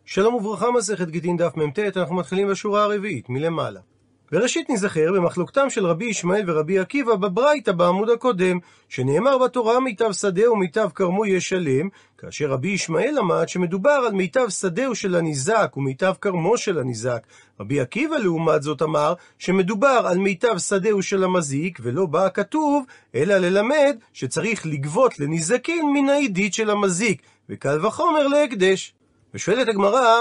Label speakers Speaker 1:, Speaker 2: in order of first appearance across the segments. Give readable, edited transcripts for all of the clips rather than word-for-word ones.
Speaker 1: שלום וברכה, מסכת גיטין דף מ"ט, אנחנו מתחילים בשורה הרביעית מלמעלה. וראשית נזכר במחלוקתם של רבי ישמעאל ורבי עקיבא בברייתא בעמוד הקודם, שנאמר בתורה מיטב שדה ומיטב כרמו ישלם, כאשר רבי ישמעאל למד שמדובר על מיטב שדהו של הניזק ומיטב כרמו של הניזק. רבי עקיבא לעומת זאת אמר שמדובר על מיטב שדהו של המזיק, ולא בא כתוב אלא ללמד שצריך לגבות לניזקין מן העידית של המזיק, וקל וחומר להקדש. ושואלת הגמרא,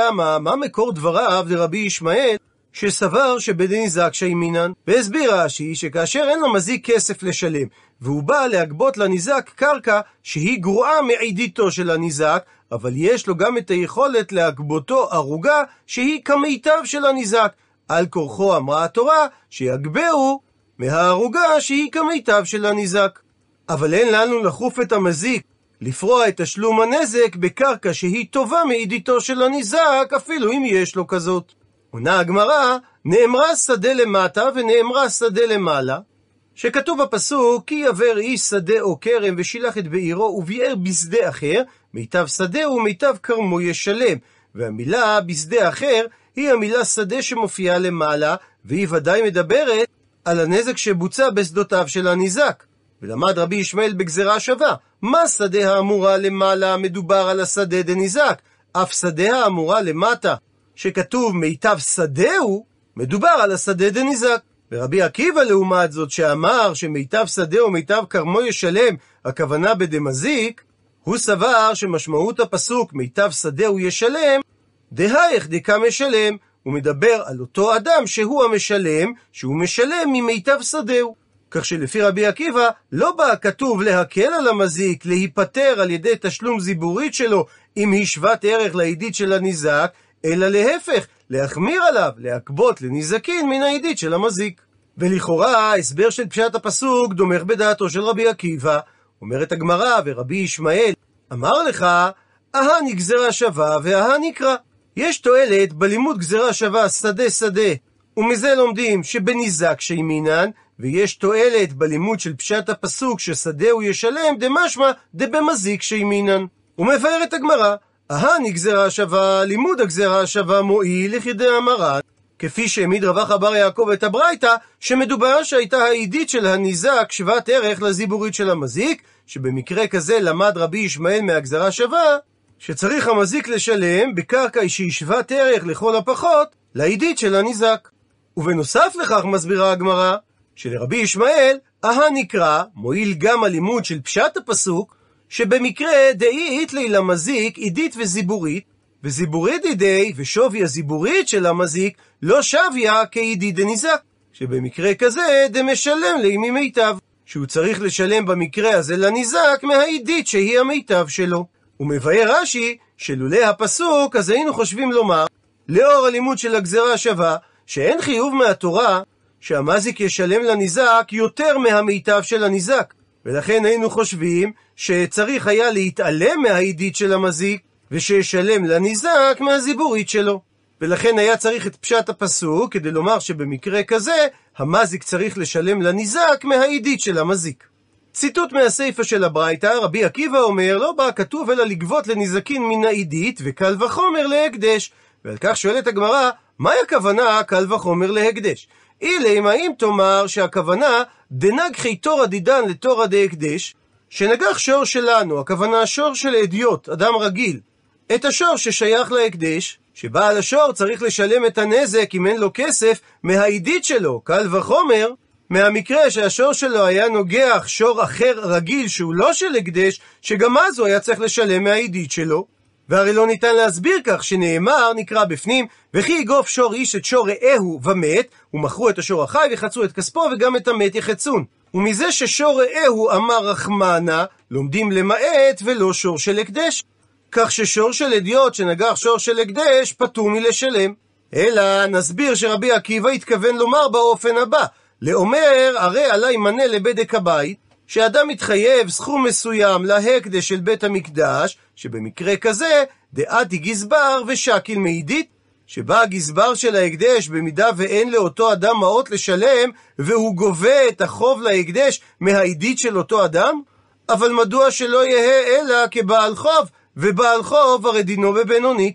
Speaker 1: מה מקור דבריו לרבי ישמעאל שסבר שבדניזק שימינן? והסביר רש"י שכאשר אין למזיק כסף לשלם והוא בא להגבות לניזק קרקע שהיא גרועה מעידיתו של הניזק, אבל יש לו גם את היכולת להגבותו ערוגה שהיא כמיטב של הניזק, על כורחו אמרה התורה שיגבהו מהערוגה שהיא כמיטב של הניזק. אבל אין לנו לחוף את המזיק לפרוע את תשלום הנזק בקרקע שהיא טובה מעידיתו של הניזק, אפילו אם יש לו כזאת. עונה הגמרא, נאמרה שדה למטה ונאמרה שדה למעלה, שכתוב בפסוק כי יעבר איש שדה או כרם ושילח את בעירו וביער בשדה אחר, מיטב שדה ומיטב כרמו ישלם. והמילה בשדה אחר היא המילה שדה שמופיעה למעלה, והיא ודאי מדברת על הנזק שבוצע בשדותיו של הניזק. ולמד רבי ישמעאל בגזרה שווה, מה שדה האמורה למעלה מדובר על השדה דניזק, אף שדה האמורה למטה שכתוב מיטב שדהו מדובר על השדה דניזק. ורבי עקיבא לעומת זאת שאמר שמיטב שדה ומיטב כרמו ישלם הכוונה בדמזיק, הוא סבר שמשמעות הפסוק מיטב שדהו ישלם דהייך דקה משלם, הוא מדבר על אותו אדם שהוא המשלם, שהוא משלם ממיטב שדהו. כך שלפי רבי עקיבא לא בא כתוב להקל על המזיק להיפטר על ידי תשלום זיבורית שלו אם היא שוות ערך לעידית של הניזק, אלא להפך, להחמיר עליו, להקבות לניזקין מן העידית של המזיק. ולכאורה ההסבר של פשט הפסוק דומך בדעתו של רבי עקיבא. אומרת הגמרא, ורבי ישמעאל אמר לך אהני גזרה שווה ואהני קרא. יש תועלת בלימוד גזרה שווה שדה שדה, ומזה לומדים שבניזק שימינן, ויש תועלת בלימוד של פשט הפסוק ששדהו ישלם דמשמע דבמזיק שימינן. ומבאר את הגמרא, אהני גזרה שווה, לימוד הגזרה השווה מועיל לכדי המרן, כפי שהעמיד רב אחא בר יעקב את הברייתא, שמדובר שהייתה העידית של הניזק שוות ערך לזיבורית של המזיק, שבמקרה כזה למד רבי ישמעאל מהגזרה שווה שצריך המזיק לשלם בקרקע שהיא שוות ערך לכל הפחות לעידית של הניזק. ובנוסף לכך מסבירה הגמרא שלרבי ישמעאל אהני קרא מועיל גם הלימוד של פשט הפסוק, שבמקרה דאי איתלי למזיק עידית וזיבורית, וזיבורית ידי ושווי הזיבורית של המזיק לא שוויה כעידית דניזק, שבמקרה כזה דמשלם לי ממיטב, שהוא צריך לשלם במקרה הזה לניזק מהעידית שהיא המיטב שלו. ומבאר רש"י שלולא הפסוק אז היינו חושבים לומר לאור הלימוד של הגזרה השווה שאין חיוב מהתורה שהמזיק ישלם לניזק יותר מהמיטב של הניזק, ולכן היינו חושבים שצריך היה להתעלם מהעידית של המזיק ושישלם לניזק מהזיבורית שלו, ולכן היה צריך את פשט הפסוק כדי לומר שבמקרה כזה המזיק צריך לשלם לניזק מהעידית של המזיק. ציטוט מהסיפא של הברייתא, רבי עקיבא אומר לא בא כתוב אלא לגבות לניזקין מן העידית וקל וחומר להקדש. ועל כך שואלת הגמרא, מהי הכוונה קל וחומר להקדש? אילם האם תאמר שהכוונה דנגחי תורא דידן לתורא דהקדש, שנגח שור שלנו, הכוונה שור של אדיוט, אדם רגיל, את השור ששייך להקדש, שבעל השור צריך לשלם את הנזק אם אין לו כסף מהעידית שלו, קל וחומר מהמקרה שהשור שלו היה נוגח שור אחר רגיל שהוא לא של הקדש, שגם אז הוא היה צריך לשלם מהעידית שלו. והרי לא ניתן להסביר כך שנאמר, נקרא בפנים, וכי יגוף שור איש את שור רעהו ומת, ומכרו את השור החי וחצו את כספו וגם את המת יחצון. ומזה ששור רעהו אמר רחמנה, לומדים למעט ולא שור של הקדש. כך ששור של אדיוט שנגח שור של הקדש פטור מלשלם. אלא נסביר שרבי עקיבא התכוון לומר באופן הבא, לאומר הרי עלי מנה לבדק הבית, שאדם מתחייב סכום מסוים להקדש של בית המקדש, שבמקרה כזה דעתי גזבר ושקיל מעידית, שבא הגזבר של ההקדש במידה ואין לאותו אדם מעות לשלם, והוא גובה את החוב להקדש מהעידית של אותו אדם? אבל מדוע שלא יהיה אלא כבעל חוב, ובעל חוב הרי דינו בבינונית?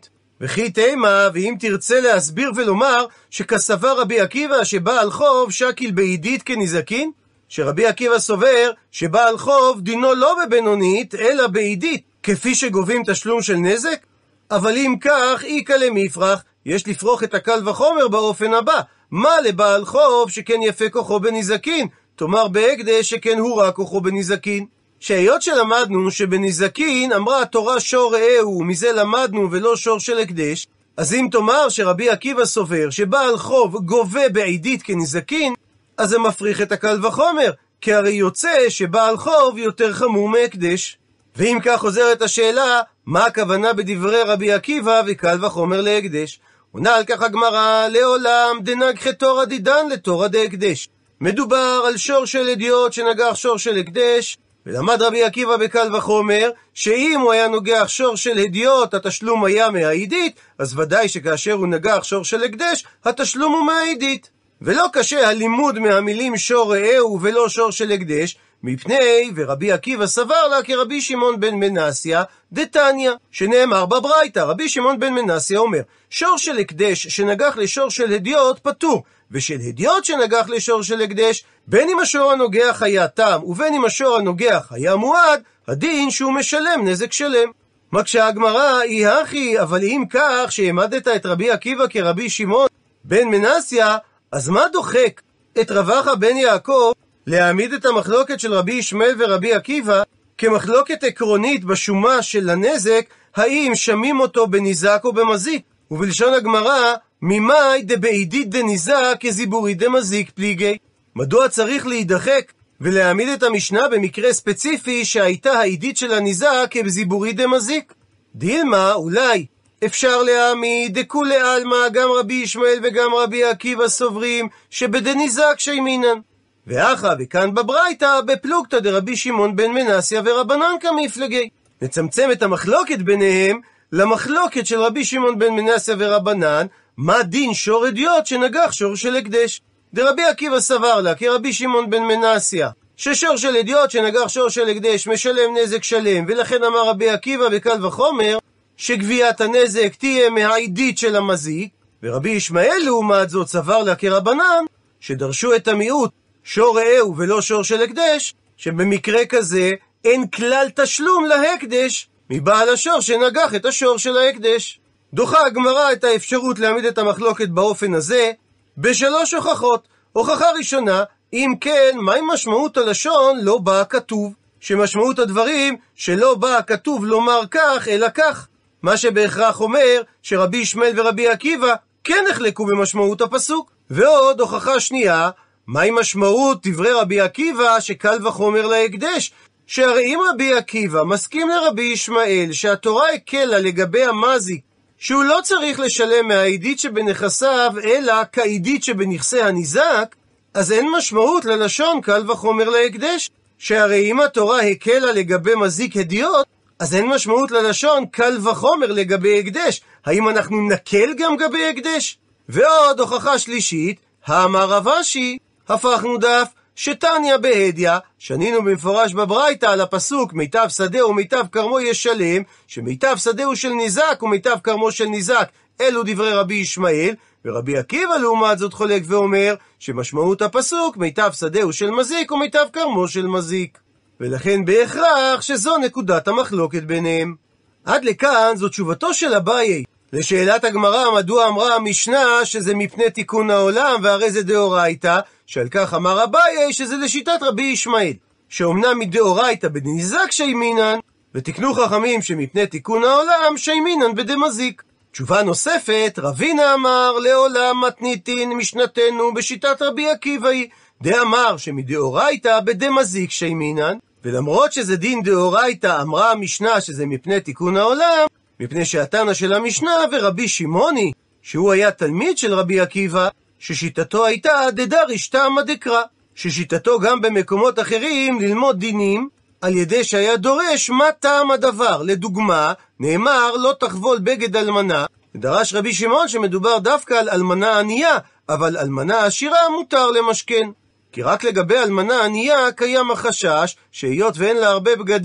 Speaker 1: וכי תימה, ואם תרצה להסביר ולומר שכסבר רבי עקיבא שבעל חוב שקיל בעידית כנזקין, שרבי עקיבא סובר שבעל חוב דינו לא בבינונית אלא בעידית, כפי שגובים תשלום של נזק. אבל אם כך, איקא למפרח, יש לפרוח את הקל וחומר באופן הבא: מה לבעל חוב שכן יפה כוחו בנזקין, תאמר בהקדש שכן הורע כוחו בנזקין. שהיות שלמדנו שבנזקין אמרה התורה שור רעהו, ומזה למדנו ולא שור של הקדש, אז אם תאמר שרבי עקיבא סובר שבעל חוב גובה בעידית כנזקין, אז זה מפריך את הקל וחומר, כי הרי יוצא שבעל חוב יותר חמור מהקדש. ואם כך חוזרת השאלה, מה הכוונה בדברי רבי עקיבא וקל וחומר להקדש? עונה על כך הגמרא: לעולם דנגחי תורא דידן לתורא דהקדש. מדובר על שור של אדיוט שנגח שור של הקדש, ולמד רבי עקיבא בקל וחומר שאם הוא היה נוגח שור של הדיוט התשלום היה מהעידית, אז ודאי שכאשר הוא נגח שור של הקדש התשלום הוא מהעידית. ולא קשה הלימוד מהמילים שור רעהו ולא שור של הקדש, מפני ורבי עקיבא סבר לה כרבי שמעון בן מנסיה דתניא, שנאמר בברייתא. רבי שמעון בן מנסיה אומר שור של הקדש שנגח לשור של הדיוט פטור, ושל הדיוט שנגח לשור של הקדש, בין אם השור הנוגח היה תם ובין אם השור הנוגח היה מועד, הדין שהוא משלם נזק שלם. מקשה הגמרא: אי הכי, אבל אם כך שהעמדת את רבי עקיבא כרבי שמעון בן מנסיה, אז מה דוחק את רבחה בן יעקב להעמיד את המחלוקת של רבי ישמעאל ורבי עקיבא כמחלוקת עקרונית בשומה של הנזק, האם שמים אותו בניזק או במזיק? ובלשון הגמרא: ממאי דבעידית דניזק כזיבורית דמזיק פליגי. מדוע צריך להידחק ולהעמיד את המשנה במקרה ספציפי שהייתה העידית של הניזק כזיבורית דמזיק? דילמה, אולי אפשר להעמיד דכולי עלמא גם רבי ישמעאל וגם רבי עקיבא סוברים שבדניזק שיימינן, ואחא וכאן בברייתא בפלוגתא דרבי שמעון בן מנסיה ורבנן כמפלגי. נצמצם את המחלוקת ביניהם למחלוקת של רבי שמעון בן מנסיה ורבנן, מה דין שור אדיוט שנגח שור של הקדש. דרבי עקיבא סבר לה כרבי שמעון בן מנסיה ששור של אדיוט שנגח שור של הקדש משלם נזק שלם, ולכן אמר רבי עקיבא בקל וחומר שגביית הנזק תהיה מהעידית של המזיק. ורבי ישמעאל לעומת זאת סבר לה כרבנן שדרשו את המיעוט שור רעהו ולא שור של הקדש, שבמקרה כזה אין כלל תשלום להקדש מבעל השור שנגח את השור של ההקדש. דוחה הגמרא את האפשרות להעמיד את המחלוקת באופן הזה בשלוש הוכחות. הוכחה ראשונה: אם כן, מהי משמעות הלשון לא בא כתוב? שמשמעות הדברים שלא בא כתוב לומר כך אלא כך, מה שבהכרח אומר שרבי ישמעאל ורבי עקיבא כן החלקו במשמעות הפסוק. ועוד הוכחה שנייה: מהי משמעות דברי רבי עקיבא שקל וחומר להקדש? שהרי אם רבי עקיבא מסכים לרבי ישמעאל שהתורה הקלה לגבי המזיק שהוא לא צריך לשלם מהעידית שבנכסיו אלא כעידית שבנכסי הניזק, אז אין משמעות ללשון קל וחומר להקדש. שהרי אם התורה הקלה לגבי מזיק הדיוט, אז אין משמעות ללשון קל וחומר לגבי הקדש. האם אנחנו נקל גם גבי הקדש? ועוד הוכחה שלישית: האמר רב אשי, הפכנו דף, שתניא בהדיא, שנינו במפורש בברייתא על הפסוק מיטב שדה ומיטב כרמו ישלם, שמיטב שדה הוא של ניזק ומיטב כרמו של ניזק. אלו דברי רבי ישמעאל. ורבי עקיבא לעומת זאת חולק ואומר שמשמעות הפסוק מיטב שדה הוא של מזיק ומיטב כרמו של מזיק, ולכן בהכרח שזו נקודת המחלוקת ביניהם. עד לכאן זו תשובתו של אביי לשאלת הגמרא מדוע אמרה המשנה שזה מפני תיקון העולם והרי זה דאורייתא, שעל כך אמר אביי שזה לשיטת רבי ישמעאל, שאומנם מדאורייתא בדניזק שיימינן, ותקנו חכמים שמפני תיקון העולם שיימינן בדמזיק. תשובה נוספת: רבינה אמר לעולם מתניתין משנתנו בשיטת רבי עקיבא היא, דאמר שמדאורייתא בדמזיק שיימינן, ולמרות שזה דין דאורייתא אמרה המשנה שזה מפני תיקון העולם, מפני שהתנא של המשנה ורבי שמעוני שהוא היה תלמיד של רבי עקיבא ששיטתו הייתה דדריש תמא דקרא, ששיטתו גם במקומות אחרים ללמוד דינים על ידי שהיה דורש מה טעם הדבר. לדוגמה, נאמר לא תחבול בגד אלמנה, דרש רבי שמעון שמדובר דווקא על אלמנה ענייה, אבל אלמנה עשירה מותר למשכן, כי רק לגבי אלמנה ענייה קיים החשש שהיות ואין לה הרבה בגדים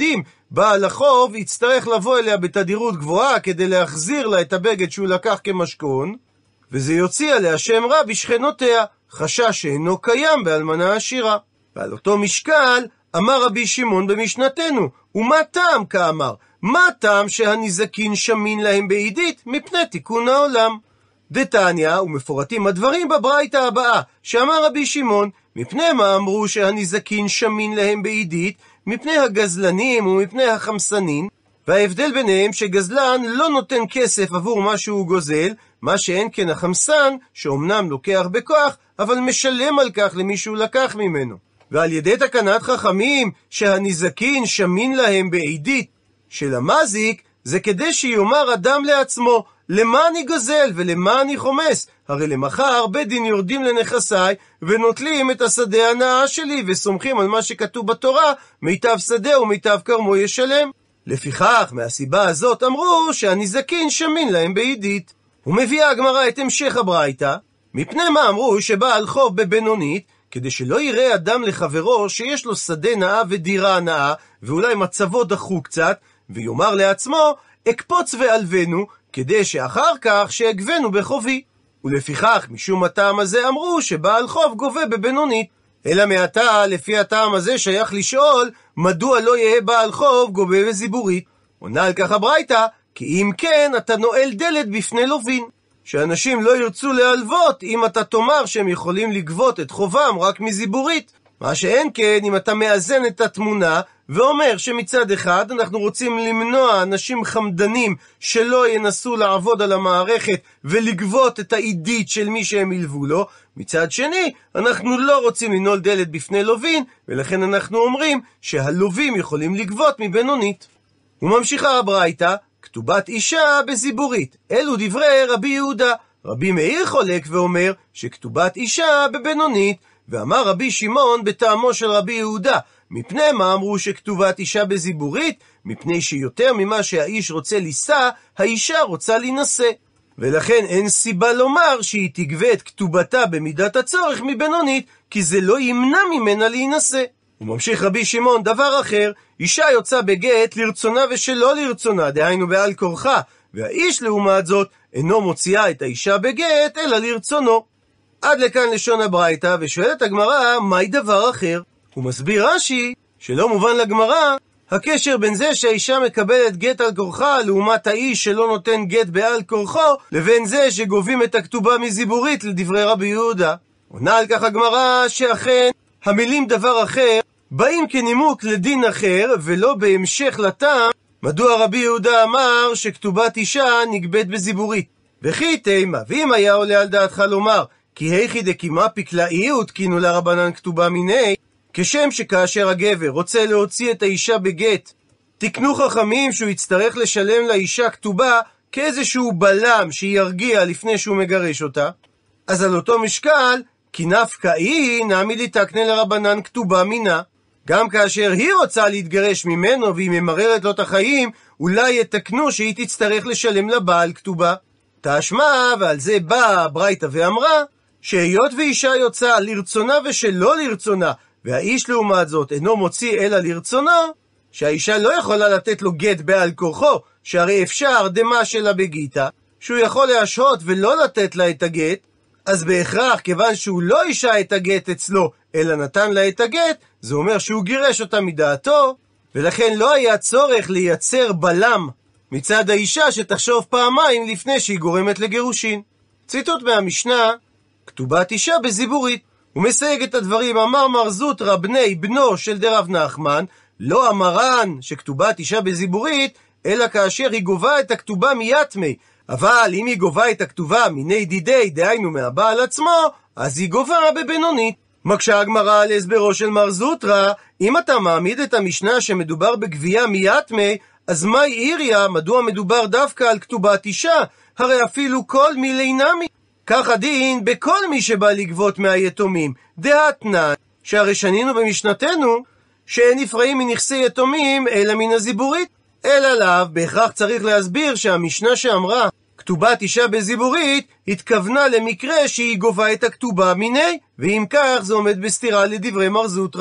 Speaker 1: בעל החוב יצטרך לבוא אליה בתדירות גבוהה כדי להחזיר לה את הבגד שהוא לקח כמשכון, וזה יוציא עליה שם רע בשכנותיה, חשש שאינו קיים באלמנה עשירה. ועל אותו משקל אמר רבי שמעון במשנתנו, ומה טעם כאמר? מה טעם שהנזקין שמין להם בעידית מפני תיקון העולם? דתניא, ומפורטים הדברים בברייתא הבאה, שאמר רבי שמעון, מפני מה אמרו שהנזקין שמין להם בעידית? מפני הגזלנים ומפני החמסנין, וההבדל ביניהם שגזלן לא נותן כסף עבור מה שהוא גוזל, מה שאין כן החמסן, שאומנם לוקח בכוח, אבל משלם על כך למי שהוא לקח ממנו. ועל ידי תקנת חכמים שהנזקין שמין להם בעידית של המזיק, זה כדי שיאמר אדם לעצמו, למה אני גוזל ולמה אני חומס? הרי למחר בית דין יורדים לנכסיי ונוטלים את השדה הנאה שלי וסומכים על מה שכתוב בתורה, מיטב שדה ומיטב כרמו ישלם. לפיכך, מהסיבה הזאת אמרו שהנזקין שמין להם בעידית. ומביאה הגמרא את המשך הברייתא, מפני מה אמרו שבעל חוב בבינונית, כדי שלא יראה אדם לחברו שיש לו שדה נאה ודירה נאה, ואולי מצבו דחו קצת, ויאמר לעצמו, אקפוץ ואלבנו, כדי שאחר כך שאגבנו בחובי. ולפיכך, משום הטעם הזה אמרו שבעל חוב גובה בבינונית. אלא מעתה, לפי הטעם הזה שייך לשאול, מדוע לא יהיה בעל חוב גובה בזיבורית? עונה על כך הברייתא, כי אם כן, אתה נועל דלת בפני לווין. שאנשים לא ירצו להלוות אם אתה תאמר שהם יכולים לגבות את חובם רק מזיבורית. מה שאין כן, אם אתה מאזן את התמונה ואומר שמצד אחד אנחנו רוצים למנוע אנשים חמדנים שלא ינסו לעבוד על המערכת ולגבות את העידית של מי שהם ילוו לו, מצד שני אנחנו לא רוצים לנעול דלת בפני לווין, ולכן אנחנו אומרים שהלווים יכולים לגבות מבינונית. וממשיכה הברייתא, כתובת אישה בזיבורית. אלו דברי רבי יהודה. רבי מאיר חולק ואומר שכתובת אישה בבינונית, ואמר רבי שמעון בטעמו של רבי יהודה, מפני מה אמרו שכתובת אישה בזיבורית? מפני שיותר ממה שהאיש רוצה לישא, האישה רוצה להינשא. ולכן אין סיבה לומר שהיא תגבה את כתובתה במידת הצורך מבינונית, כי זה לא ימנע ממנה להינשא. וממשיך רבי שמעון דבר אחר, אישה יוצא בגט לרצונה ושלא לרצונה, דהיינו בעל כורחה, והאיש לעומת זאת אינו מוציאה את האישה בגט אלא לרצונו. עד לכאן לשון הברייתא, ושואלת הגמרא, מהי דבר אחר? הוא מסביר רש"י שלא מובן לגמרא הקשר בין זה שהאישה מקבלת גט על כורחה לעומת האיש שלא נותן גט בעל כורחו, לבין זה שגובים את הכתובה מזיבורית לדברי רבי יהודה. עונה על כך הגמרא שאכן המילים דבר אחר באים כנימוק לדין אחר ולא בהמשך לטעם מדוע רבי יהודה אמר שכתובת אישה נגבית בזיבורית. וכי תימה, ואם היה עולה על דעתך לומר כי היכי דקימה פקלאי ותקינו לרבנן כתובה מיני, כשם שכאשר הגבר רוצה להוציא את האישה בגט, תקנו חכמים שהוא יצטרך לשלם לאישה כתובה כאיזשהו בלם שירגיע לפני שהוא מגרש אותה, אז על אותו משקל, כי נפקאי נעמי לתקנה לרבנן כתובה מינה. גם כאשר היא רוצה להתגרש ממנו והיא ממררת לו את החיים, אולי יתקנו שהיא תצטרך לשלם לבעל כתובה. תשמע, ועל זה באה הברייתא ואמרה, שהיות ואישה יוצאה לרצונה ושלא לרצונה, והאיש לעומת זאת אינו מוציא אלא לרצונו, שהאישה לא יכולה לתת לו גט בעל כורחו, שהרי אפשר דמה שלה בגיטה, שהוא יכול להשהות ולא לתת לה את הגט, אז בהכרח כיוון שהוא לא אישה את הגט אצלו, אלא נתן לה את הגט, זה אומר שהוא גירש אותה מדעתו, ולכן לא היה צורך לייצר בלם מצד האישה שתחשוב פעמיים לפני שהיא גורמת לגירושין. ציטוט מהמשנה, כתובת אישה בזיבורית. הוא מסייג את הדברים, אמר מר זוטרא בני בנו של דרב נחמן, לא אמרן שכתובת אישה בזיבורית, אלא כאשר היא גובה את הכתובה מיתמי, אבל אם היא גובה את הכתובה מיני דידי, דהיינו מהבעל עצמו, אז היא גובה בבינונית. מקשה הגמרא על הסברו של מר זוטרא, אם אתה מעמיד את המשנה שמדובר בגבייה מיתמי, אז מהי עיריה, מדוע מדובר דווקא על כתובת אישה? הרי אפילו כל מילי נמי. כך הדין בכל מי שבא לגבות מהיתומים, דהתנן, שהרי שנינו במשנתנו, שאין נפרעים מנכסי יתומים אלא מן הזיבורית, אלא לאו, בהכרח צריך להסביר שהמשנה שאמרה כתובת אישה בזיבורית, התכוונה למקרה שהיא גובה את הכתובה מיני, ואם כך זה עומד בסתירה לדברי מר זוטרא.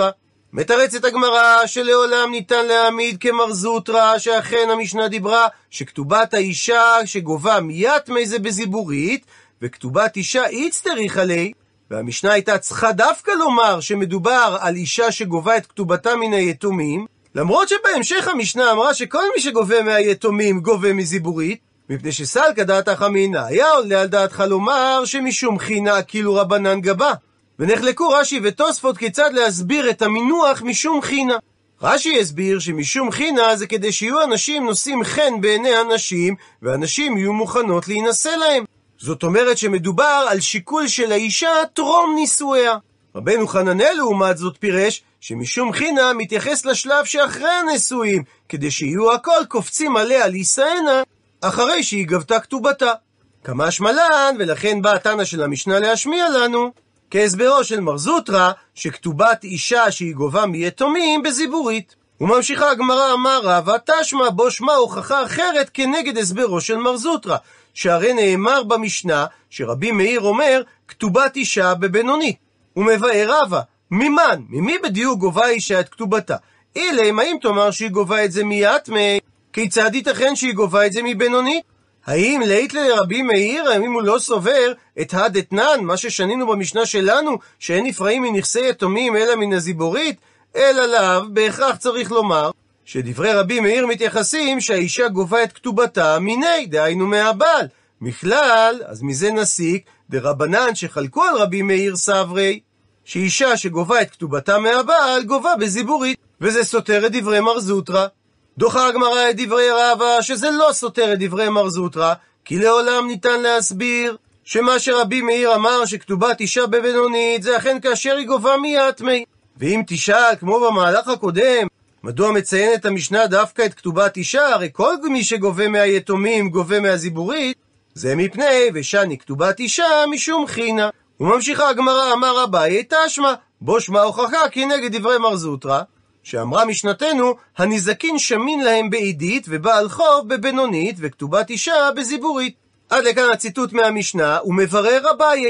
Speaker 1: מתרצת הגמרא שלעולם ניתן להעמיד כמר זוטרא, שאכן המשנה דיברה שכתובת האישה שגובה מיתמי זה בזיבורית, וכתובת אישה איצטריך עלי, והמשנה הייתה צריכה דווקא לומר שמדובר על אישה שגובה את כתובתה מן היתומים, למרות שבהמשך המשנה אמרה שכל מי שגובה מהיתומים גובה מזיבורית, מפני שסלקא דעתך אמינא, היה עולה על דעתך לומר שמשום חינה כאילו רבנן גבה. ונחלקו רש"י ותוספות כיצד להסביר את המינוח משום חינה. רש"י הסביר שמשום חינה זה כדי שיהיו אנשים נושאים חן בעיני הנשים, ואנשים יהיו מוכנות להינשא להם. זאת אומרת שמדובר על שיקול של האישה טרום נישואיה. רבנו חננאל לעומת זאת פירש שמשום חינה מתייחס לשלב שאחרי הנישואים, כדי שיהיו הכל קופצים עליה להישאנה אחרי שהיא גבתה כתובתה. כמשמע לן, ולכן בא התנא של המשנה להשמיע לנו כהסברו של מר זוטרא שכתובת אישה שהיא גובה מיתומים בזיבורית. וממשיכה הגמרא, אמר רבא תשמע בו שמע הוכחה אחרת כנגד הסברו של מר זוטרא, שהרי נאמר במשנה שרבי מאיר אומר כתובת אישה בבינונית. ומבאר רבא, ממי בדיוק גובה אישה את כתובתה? אילם, האם תאמר שהיא גובה את זה מיתמי? כיצד ייתכן שהיא גובה את זה מבינונית? האם לית לרבי מאיר, האם הוא לא סובר את הדתנן, מה ששנינו במשנה שלנו, שאין נפרעים מנכסי יתומים אלא מן הזיבורית? אלא לאו, בהכרח צריך לומר שדברי רבי מאיר מתייחסים שהאישה גובה את כתובתה מיני, דהיינו מהבעל. מכלל, אז מזה נסיק דרבנן שחלקו על רבי מאיר סברי, שאישה שגובה את כתובתה מהבעל גובה בזיבורית, וזה סותר את דברי מר זוטרא. דוחה הגמרא את דברי רבא שזה לא סותר את דברי מר זוטרא, כי לעולם ניתן להסביר שמה שרבי מאיר אמר שכתובת אישה בבינונית זה אכן כאשר היא גובה מיתמי. ואם תשאל כמו במהלך הקודם מדוע מציינת המשנה דווקא את כתובת אישה, הרי כל מי שגובה מהיתומים גובה מהזיבורית, זה מפני ושני כתובת אישה משום חינה. וממשיכה הגמרא, אמר אביי תשמע בו שמע הוכחה כנגד דברי מר זוטרא, שאמרה משנתנו הנזקין שמין להם בעידית ובעל חוב בבינונית וכתובת אישה בזיבורית. עד לכאן הציטוט מהמשנה. ומברר אביי,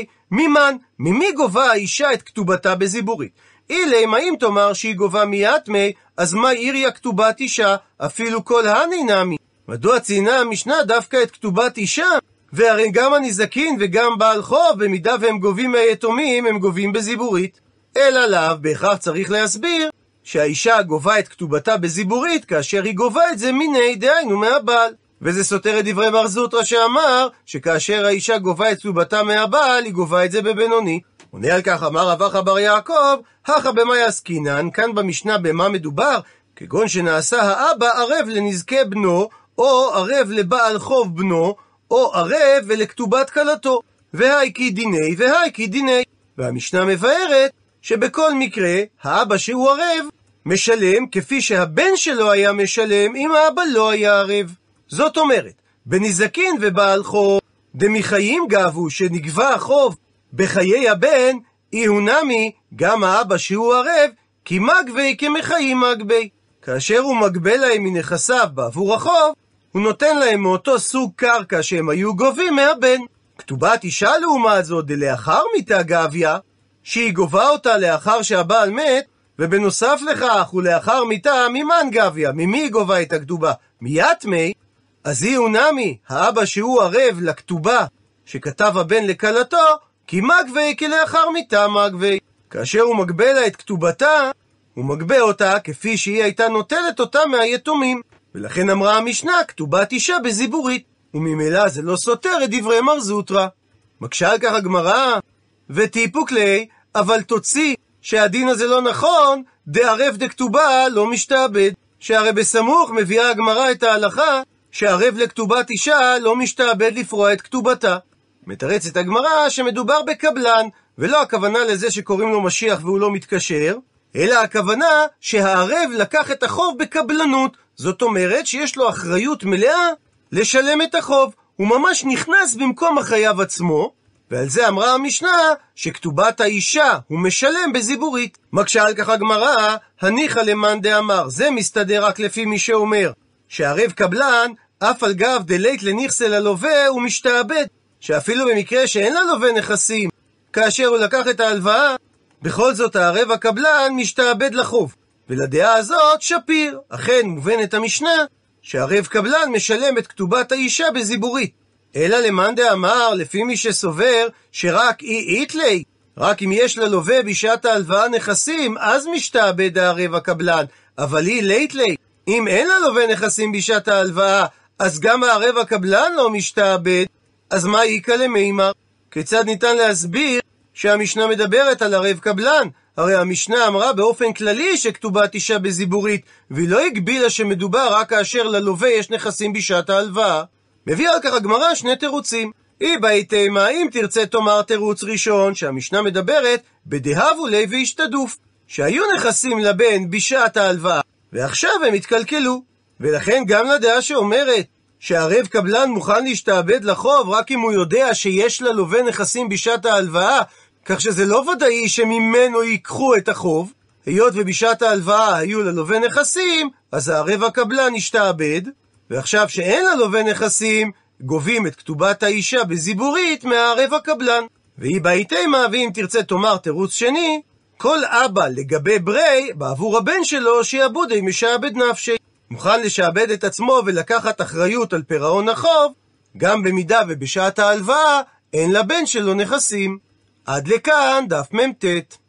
Speaker 1: ממי גובה האישה את כתובתה בזיבורית? אילם, האם תאמר שהיא גובה מיתמי, אז מה עיריה כתובת אישה אפילו כל הני נמי? מדוע ציינה המשנה דווקא את כתובת אישה? והרי גם הנזקין וגם בעל חוב במידה והם גובים מהיתומים הם גובים בזיבורית. אלא לאו, בהכרח צריך להסביר שהאישה גובה את כתובתה בזיבורית כאשר היא גובה את זה מיני, דהיינו מהבעל. וזה סותר את דברי מר זוטרא שאמר שכאשר האישה גובה את כתובתה מהבעל היא גובה את זה בבינוני. עונה על כך אמר רב אחא בר יעקב, הכא במאי עסקינן, כאן במשנה במה מדובר? כגון שנעשה האבא ערב לנזקי בנו, או ערב לבעל חוב בנו, או ערב ולכתובת כלתו, והי כי דיני והי כי דיני. והמשנה מבארת שבכל מקרה האבא שהוא ערב משלם כפי שהבן שלו היה משלם אם האבא לא היה ערב. זאת אומרת, בנזקין ובעל חוב דמחיים גבו שנגבה החוב בחיי הבן, איהו נמי גם האבא שהוא ערב כי מגבי כמחיים מגבי. כאשר הוא מגבה להם מנכסיו בעבור החוב, הוא נותן להם מאותו סוג קרקע שהם היו גובים מהבן. כתובת אישה לעומת זאת דלאחר מיתה גביה, שהיא גובה אותה לאחר שהבעל מת, ובנוסף לכך ולאחר מיתה ממן גביה, ממי גובה את הכתובה? מיתמי. אז איהו נמי האבא שהוא ערב לכתובה שכתב הבן לכלתו, כי מגבי כלאחר מיתה מגבי. כאשר הוא מגבה לה את כתובתה, הוא מגבה אותה כפי שהיא הייתה נוטלת אותה מהיתומים. ולכן אמרה המשנה כתובת אישה בזיבורית, וממילא זה לא סותר את דברי מר זוטרא. מקשה על כך הגמרא, וטיפוק לי, אבל תוציא שהדין הזה לא נכון, דערב דכתובה לא משתעבד. שהרי בסמוך מביאה הגמרא את ההלכה שערב לכתובת אישה לא משתעבד לפרוע את כתובתה. מתרצת הגמרא שמדובר בקבלן, ולא הכוונה לזה שקוראים לו משיח והוא לא מתקשר, אלא הכוונה שהערב לקח את החוב בקבלנות. זאת אומרת שיש לו אחריות מלאה לשלם את החוב, הוא ממש נכנס במקום החייב עצמו, ועל זה אמרה המשנה שכתובת האישה הוא משלם בזיבורית. מקשה על כך הגמרא, הניחא למאן דאמר, זה מסתדר רק לפי מי שאומר שערב קבלן אף על גב דלית לנכסה ללווה הוא משתעבד, שאפילו במקרה שאין ללווה נכסים, כאשר הוא לקח את ההלוואה בכל זאת הערב הקבלן משתעבד לחוב. ולדעה הזאת שפיר. אכן מובנת המשנה שערב קבלן משלם את כתובת האישה בזיבורית. אלא למאן דאמר, לפי מי שסובר שרק אי איתלי, רק אם יש ללווה בשעת ההלוואה נכסים, אז משתעבד הערב הקבלן. אבל אי ליתלי, אם אין ללווה נכסים בשעת ההלוואה, אז גם הערב הקבלן לא משתעבד. אז מה איקא למימר? כיצד ניתן להסביר שהמשנה מדברת על ערב קבלן? הרי המשנה אמרה באופן כללי שכתובת אישה בזיבורית, והיא לא הגבילה שמדובר רק כאשר ללווה יש נכסים בשעת ההלוואה. מביא על כך הגמרא שני תירוצים. אי בהיתמה, אם תרצה תאמר תירוץ ראשון, שהמשנה מדברת בדהבו ליה והשתדוף, שהיו נכסים לבן בשעת ההלוואה, ועכשיו הם התקלקלו. ולכן גם לדעה שאומרת שהערב קבלן מוכן להשתעבד לחוב רק אם הוא יודע שיש ללווה נכסים בשעת ההלוואה, כך שזה לא ודאי שממנו ייקחו את החוב, היות ובשעת ההלוואה היו ללווה נכסים, אז הערב הקבלן השתעבד, ועכשיו שאין ללווה נכסים, גובים את כתובת האישה בזיבורית מהערב הקבלן. והיא בהיתמה, ואם תרצה תאמר תירוץ שני, כל אבא לגבי ברי, בעבור הבן שלו שיעבודי משעבד נפשי. מוכן לשעבד את עצמו ולקחת אחריות על פירעון החוב, גם במידה ובשעת ההלוואה אין לבן שלו נכסים. עד לכאן דף מ"ט.